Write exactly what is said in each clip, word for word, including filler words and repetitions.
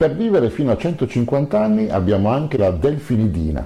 Per vivere fino a centocinquanta anni abbiamo anche la delfinidina.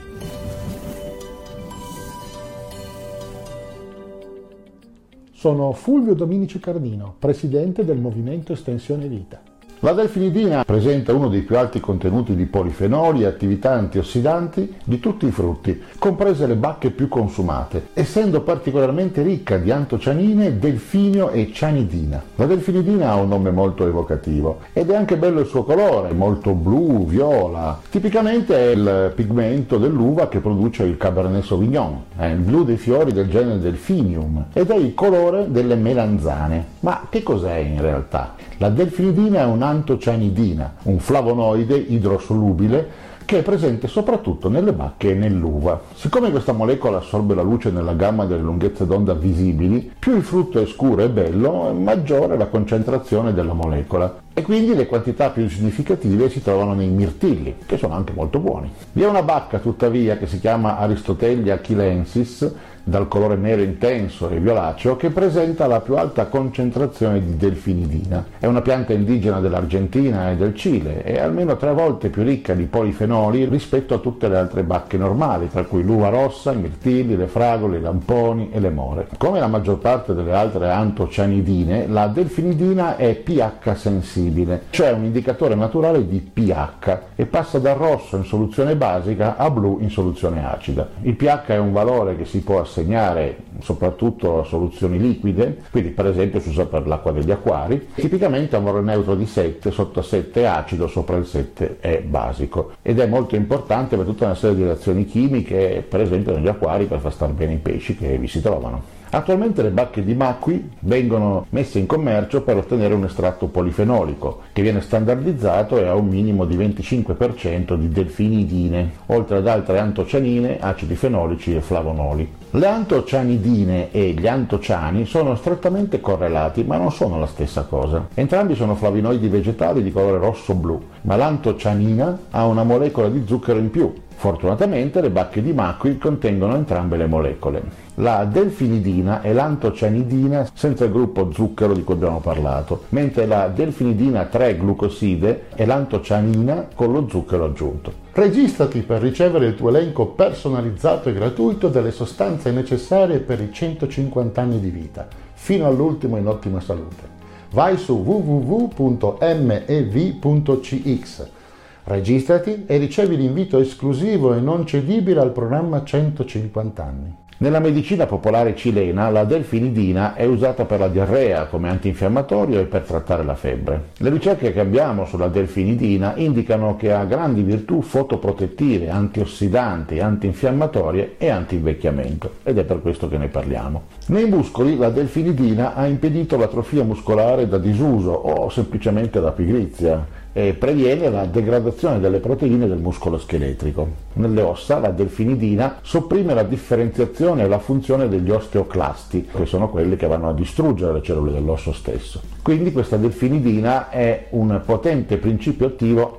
Sono Fulvio Dominici Cardino, presidente del Movimento Estensione Vita. La delfinidina presenta uno dei più alti contenuti di polifenoli e attività antiossidanti di tutti i frutti, comprese le bacche più consumate, essendo particolarmente ricca di antocianine, delfinio e cianidina. La delfinidina ha un nome molto evocativo ed è anche bello il suo colore, molto blu, viola. Tipicamente è il pigmento dell'uva che produce il Cabernet Sauvignon, è il blu dei fiori del genere Delphinium ed è il colore delle melanzane. Ma che cos'è in realtà? La delfinidina è un'antocianidina, un flavonoide idrosolubile che è presente soprattutto nelle bacche e nell'uva. Siccome questa molecola assorbe la luce nella gamma delle lunghezze d'onda visibili, più il frutto è scuro e bello, maggiore è la concentrazione della molecola. E quindi le quantità più significative si trovano nei mirtilli, che sono anche molto buoni. Vi è una bacca tuttavia che si chiama Aristotelia chilensis, dal colore nero intenso e violaceo, che presenta la più alta concentrazione di delfinidina. È una pianta indigena dell'Argentina e del Cile e almeno tre volte più ricca di polifenoli rispetto a tutte le altre bacche normali, tra cui l'uva rossa, i mirtilli, le fragole, i lamponi e le more. Come la maggior parte delle altre antocianidine, la delfinidina è pH sensibile, cioè un indicatore naturale di pH, e passa dal rosso in soluzione basica a blu in soluzione acida. Il pH è un valore che si può assegnare soprattutto a soluzioni liquide, quindi per esempio si usa per l'acqua degli acquari. Tipicamente a un valore neutro di sette, sotto sette è acido, sopra il sette è basico, ed è molto importante per tutta una serie di reazioni chimiche, per esempio negli acquari, per far star bene i pesci che vi si trovano. Attualmente le bacche di Macqui vengono messe in commercio per ottenere un estratto polifenolico che viene standardizzato e ha un minimo di venticinque per cento di delfinidine, oltre ad altre antocianine, acidi fenolici e flavonoli. Le antocianidine e gli antociani sono strettamente correlati, ma non sono la stessa cosa. Entrambi sono flavonoidi vegetali di colore rosso-blu, ma l'antocianina ha una molecola di zucchero in più. Fortunatamente le bacche di Macqui contengono entrambe le molecole. La delfinidina è l'antocianidina senza il gruppo zucchero di cui abbiamo parlato, mentre la delfinidina tre glucoside è l'antocianina con lo zucchero aggiunto. Registrati per ricevere il tuo elenco personalizzato e gratuito delle sostanze necessarie per i centocinquanta anni di vita, fino all'ultimo in ottima salute. Vai su w w w punto m e v punto c x. Registrati e ricevi l'invito esclusivo e non cedibile al programma centocinquanta anni. Nella medicina popolare cilena la delfinidina è usata per la diarrea come antinfiammatorio e per trattare la febbre. Le ricerche che abbiamo sulla delfinidina indicano che ha grandi virtù fotoprotettive, antiossidanti, antinfiammatorie e anti-invecchiamento, ed è per questo che ne parliamo. Nei muscoli la delfinidina ha impedito l'atrofia muscolare da disuso o semplicemente da pigrizia e previene la degradazione delle proteine del muscolo scheletrico. Nelle ossa la delfinidina sopprime la differenziazione e la funzione degli osteoclasti, che sono quelli che vanno a distruggere le cellule dell'osso stesso. Quindi questa delfinidina è un potente principio attivo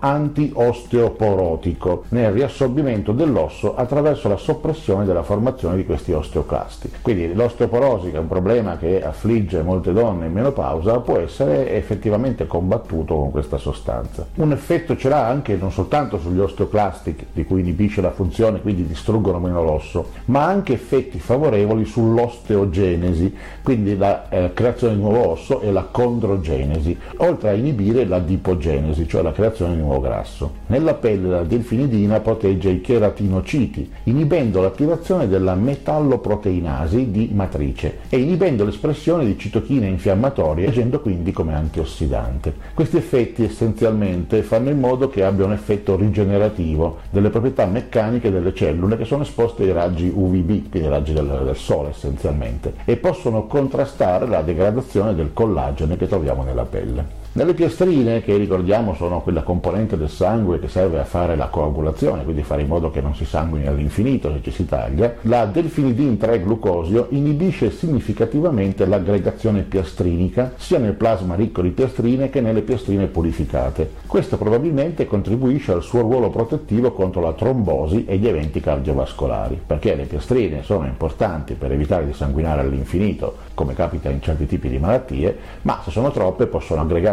anti-osteoporotico nel riassorbimento dell'osso attraverso la soppressione della formazione di questi osteoclasti. Quindi l'osteoporosi, che è un problema che affligge molte donne in menopausa, può essere effettivamente combattuto con questa sostanza. Un effetto ce l'ha anche non soltanto sugli osteoclasti, di cui inibisce la funzione, quindi distruggono meno l'osso, ma anche effetti favorevoli sull'osteogenesi, quindi la eh, creazione di nuovo osso e la condrogenesi, oltre a inibire l'adipogenesi, cioè la creazione di nuovo grasso. Nella pelle la delfinidina protegge i cheratinociti, inibendo l'attivazione della metalloproteinasi di matrice e inibendo l'espressione di citochine infiammatorie, agendo quindi come antiossidante. Questi effetti essenzialmente fanno in modo che abbia un effetto rigenerativo delle proprietà meccaniche delle cellule che sono esposte ai raggi U V B, quindi ai raggi del, del sole essenzialmente, e possono contrastare la degradazione del collagene che troviamo nella pelle. Nelle piastrine, che ricordiamo sono quella componente del sangue che serve a fare la coagulazione, quindi fare in modo che non si sanguini all'infinito se ci si taglia, la delfinidin tre glucosio inibisce significativamente l'aggregazione piastrinica sia nel plasma ricco di piastrine che nelle piastrine purificate. Questo probabilmente contribuisce al suo ruolo protettivo contro la trombosi e gli eventi cardiovascolari, perché le piastrine sono importanti per evitare di sanguinare all'infinito, come capita in certi tipi di malattie, ma se sono troppe possono aggregarsi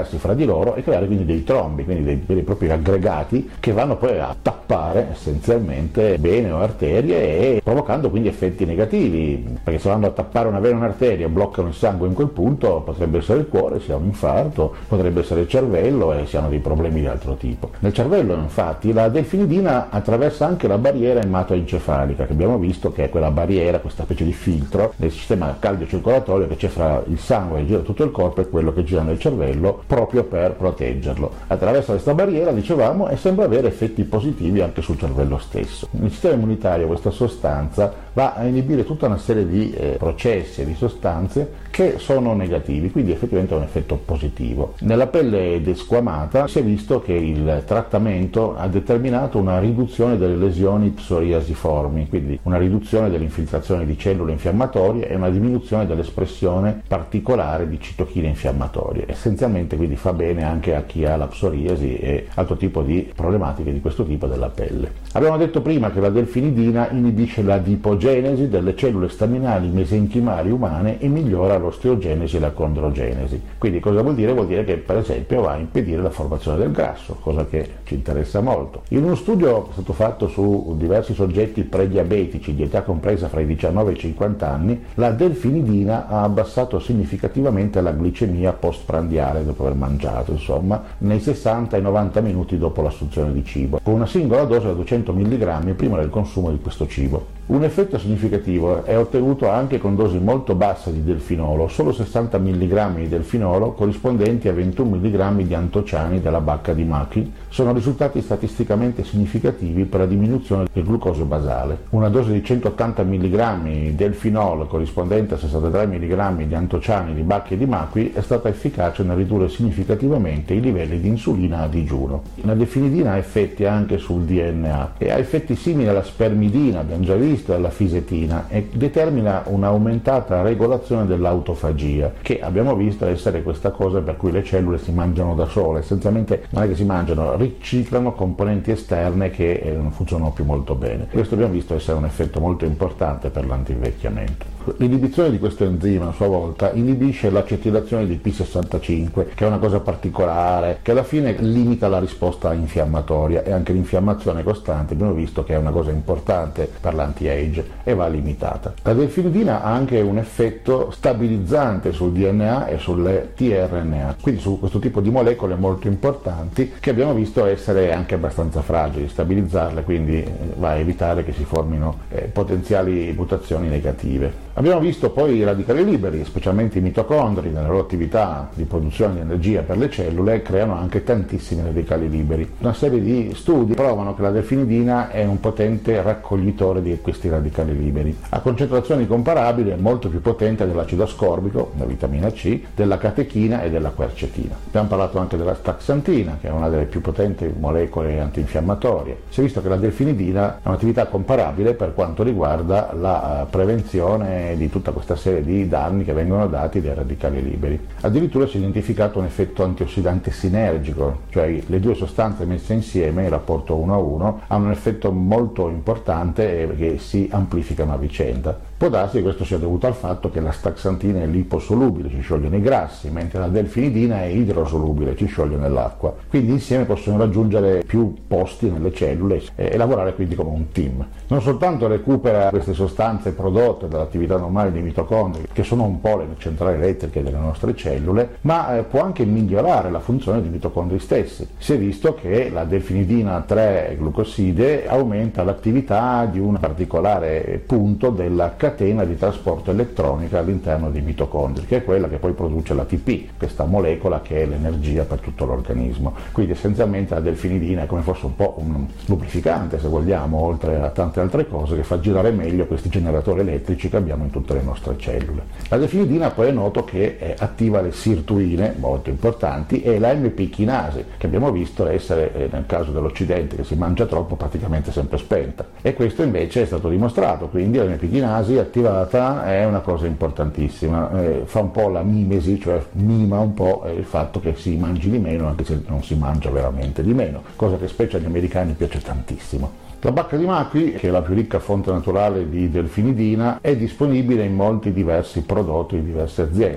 legarsi fra di loro e creare quindi dei trombi, quindi dei veri e propri aggregati che vanno poi a tappare essenzialmente vene o arterie e provocando quindi effetti negativi, perché se vanno a tappare una vena o un'arteria e bloccano il sangue in quel punto potrebbe essere il cuore, sia un infarto, potrebbe essere il cervello e si hanno dei problemi di altro tipo. Nel cervello infatti la delfinidina attraversa anche la barriera ematoencefalica, che abbiamo visto che è quella barriera, questa specie di filtro nel sistema cardiocircolatorio che c'è fra il sangue che gira tutto il corpo e quello che gira nel cervello, proprio per proteggerlo. Attraversa questa barriera, dicevamo, e sembra avere effetti positivi anche sul cervello stesso. Nel sistema immunitario questa sostanza va a inibire tutta una serie di eh, processi e di sostanze che sono negativi, quindi effettivamente ha un effetto positivo. Nella pelle desquamata si è visto che il trattamento ha determinato una riduzione delle lesioni psoriasiformi, quindi una riduzione dell'infiltrazione di cellule infiammatorie e una diminuzione dell'espressione particolare di citochine infiammatorie. Essenzialmente quindi fa bene anche a chi ha la psoriasi e altro tipo di problematiche di questo tipo della pelle. Abbiamo detto prima che la delfinidina inibisce la dipogenesi delle cellule staminali mesenchimali umane e migliora l'osteogenesi e la condrogenesi. Quindi cosa vuol dire? Vuol dire che per esempio va a impedire la formazione del grasso, cosa che ci interessa molto. In uno studio che è stato fatto su diversi soggetti prediabetici di età compresa fra i diciannove e i cinquanta anni, la delfinidina ha abbassato significativamente la glicemia postprandiale dopo aver mangiato, insomma, nei sessanta e novanta minuti dopo l'assunzione di cibo, con una singola dose da duecento milligrammi prima del consumo di questo cibo. Un effetto significativo è ottenuto anche con dosi molto basse di delfinolo, solo sessanta milligrammi di delfinolo corrispondenti a ventuno milligrammi di antociani della bacca di Macchi sono risultati statisticamente significativi per la diminuzione del glucosio basale. Una dose di centottanta milligrammi di delfinolo corrispondente a sessantatré milligrammi di antociani di bacche di Macchi è stata efficace nel ridurre significativamente i livelli di insulina a digiuno. La delfinidina ha effetti anche sul D N A e ha effetti simili alla spermidina, abbiamo già visto, alla fisetina, e determina un'aumentata regolazione dell'autofagia, che abbiamo visto essere questa cosa per cui le cellule si mangiano da sole, essenzialmente non è che si mangiano, riciclano componenti esterne che eh, non funzionano più molto bene. Questo abbiamo visto essere un effetto molto importante per l'antivecchiamento. L'inibizione di questo enzima a sua volta inibisce l'acetilazione di P sessantacinque, che è una cosa particolare, che alla fine limita la risposta infiammatoria, e anche l'infiammazione costante abbiamo visto che è una cosa importante per l'anti-age e va limitata. La delfinidina ha anche un effetto stabilizzante sul D N A e sulle T R N A, quindi su questo tipo di molecole molto importanti che abbiamo visto essere anche abbastanza fragili. Stabilizzarle quindi va a evitare che si formino eh, potenziali mutazioni negative. Abbiamo visto poi i radicali liberi, specialmente i mitocondri, nella loro attività di produzione di energia per le cellule, creano anche tantissimi radicali liberi. Una serie di studi provano che la delfinidina è un potente raccoglitore di questi radicali liberi. A concentrazioni comparabili è molto più potente dell'acido ascorbico, la vitamina C, della catechina e della quercetina. Abbiamo parlato anche della staxantina, che è una delle più potenti molecole antinfiammatorie. Si è visto che la delfinidina ha un'attività comparabile per quanto riguarda la prevenzione di tutta questa serie di danni che vengono dati dai radicali liberi. Addirittura si è identificato un effetto antiossidante sinergico, cioè le due sostanze messe insieme in rapporto uno a uno hanno un effetto molto importante e che si amplificano a vicenda. Può darsi che questo sia dovuto al fatto che la staxantina è liposolubile, ci scioglie nei grassi, mentre la delfinidina è idrosolubile, ci scioglie nell'acqua. Quindi insieme possono raggiungere più posti nelle cellule e lavorare quindi come un team. Non soltanto recupera queste sostanze prodotte dall'attività normale dei mitocondri, che sono un po' le centrali elettriche delle nostre cellule, ma eh, può anche migliorare la funzione dei mitocondri stessi. Si è visto che la delfinidina tre glucoside aumenta l'attività di un particolare punto della catena di trasporto elettronica all'interno dei mitocondri, che è quella che poi produce l'A T P, questa molecola che è l'energia per tutto l'organismo. Quindi essenzialmente la delfinidina è come fosse un po' un lubrificante, se vogliamo, oltre a tante altre cose, che fa girare meglio questi generatori elettrici che abbiamo in tutte le nostre cellule. La delfinidina poi è noto che è attiva le sirtuine, molto importanti, e la M P chinasi, che abbiamo visto essere, nel caso dell'Occidente che si mangia troppo, praticamente sempre spenta. E questo invece è stato dimostrato, quindi la M P chinasi attivata è una cosa importantissima, eh, fa un po' la mimesi, cioè mima un po' il fatto che si mangi di meno anche se non si mangia veramente di meno, cosa che specie agli americani piace tantissimo. La bacca di Macchi, che è la più ricca fonte naturale di delfinidina, è disponibile in molti diversi prodotti di diverse aziende.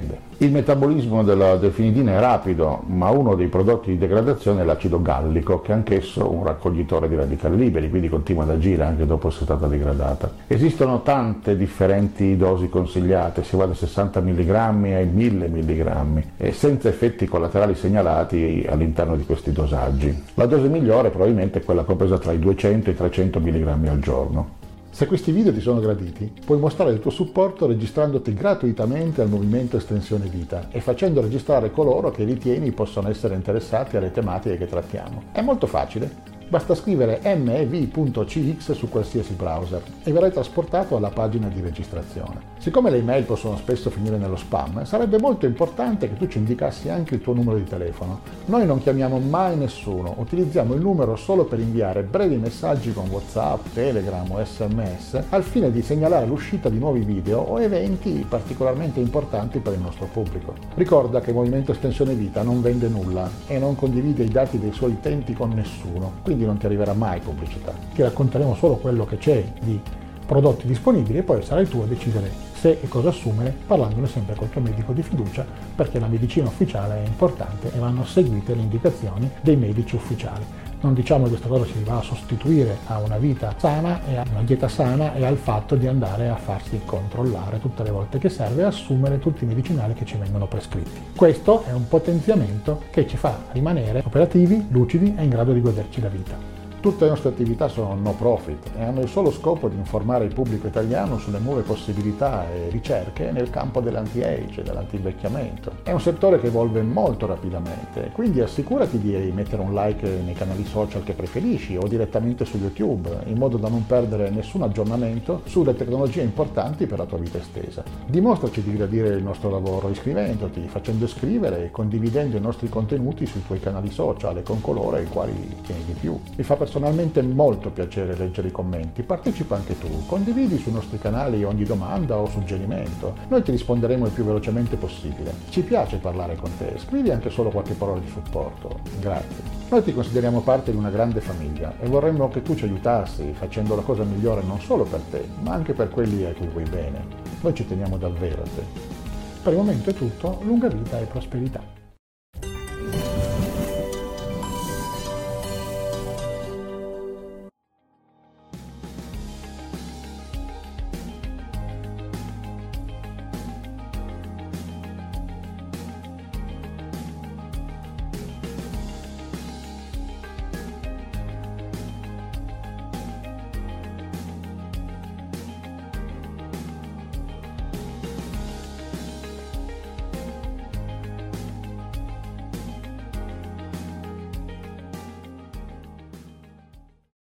Il metabolismo della delfinidina è rapido, ma uno dei prodotti di degradazione è l'acido gallico, che è anch'esso un raccoglitore di radicali liberi, quindi continua ad agire anche dopo essere stata degradata. Esistono tante differenti dosi consigliate, si va da sessanta milligrammi ai mille milligrammi, e senza effetti collaterali segnalati all'interno di questi dosaggi. La dose migliore probabilmente è quella compresa tra i duecento e i trecento milligrammi al giorno. Se questi video ti sono graditi, puoi mostrare il tuo supporto registrandoti gratuitamente al movimento Estensione Vita e facendo registrare coloro che ritieni possano essere interessati alle tematiche che trattiamo. È molto facile. Basta scrivere m e v punto c x su qualsiasi browser e verrai trasportato alla pagina di registrazione. Siccome le email possono spesso finire nello spam, sarebbe molto importante che tu ci indicassi anche il tuo numero di telefono. Noi non chiamiamo mai nessuno, utilizziamo il numero solo per inviare brevi messaggi con WhatsApp, Telegram o S M S al fine di segnalare l'uscita di nuovi video o eventi particolarmente importanti per il nostro pubblico. Ricorda che il Movimento Estensione Vita non vende nulla e non condivide i dati dei suoi utenti con nessuno, quindi non ti arriverà mai pubblicità. Ti racconteremo solo quello che c'è di prodotti disponibili e poi sarai tu a decidere se e cosa assumere, parlandone sempre col tuo medico di fiducia, perché la medicina ufficiale è importante e vanno seguite le indicazioni dei medici ufficiali. Non diciamo che questa cosa si va a sostituire a una vita sana e a una dieta sana e al fatto di andare a farsi controllare tutte le volte che serve e assumere tutti i medicinali che ci vengono prescritti. Questo è un potenziamento che ci fa rimanere operativi, lucidi e in grado di goderci la vita. Tutte le nostre attività sono no profit e hanno il solo scopo di informare il pubblico italiano sulle nuove possibilità e ricerche nel campo dell'anti-age e dell'antivecchiamento. È un settore che evolve molto rapidamente, quindi assicurati di mettere un like nei canali social che preferisci o direttamente su YouTube, in modo da non perdere nessun aggiornamento sulle tecnologie importanti per la tua vita estesa. Dimostraci di gradire il nostro lavoro iscrivendoti, facendo iscrivere e condividendo i nostri contenuti sui tuoi canali social e con coloro ai quali tieni di più. Mi fa personalmente molto piacere leggere i commenti, partecipa anche tu, condividi sui nostri canali ogni domanda o suggerimento, noi ti risponderemo il più velocemente possibile. Ci piace parlare con te, scrivi anche solo qualche parola di supporto, grazie. Noi ti consideriamo parte di una grande famiglia e vorremmo che tu ci aiutassi facendo la cosa migliore non solo per te, ma anche per quelli a cui vuoi bene. Noi ci teniamo davvero a te. Per il momento è tutto, lunga vita e prosperità.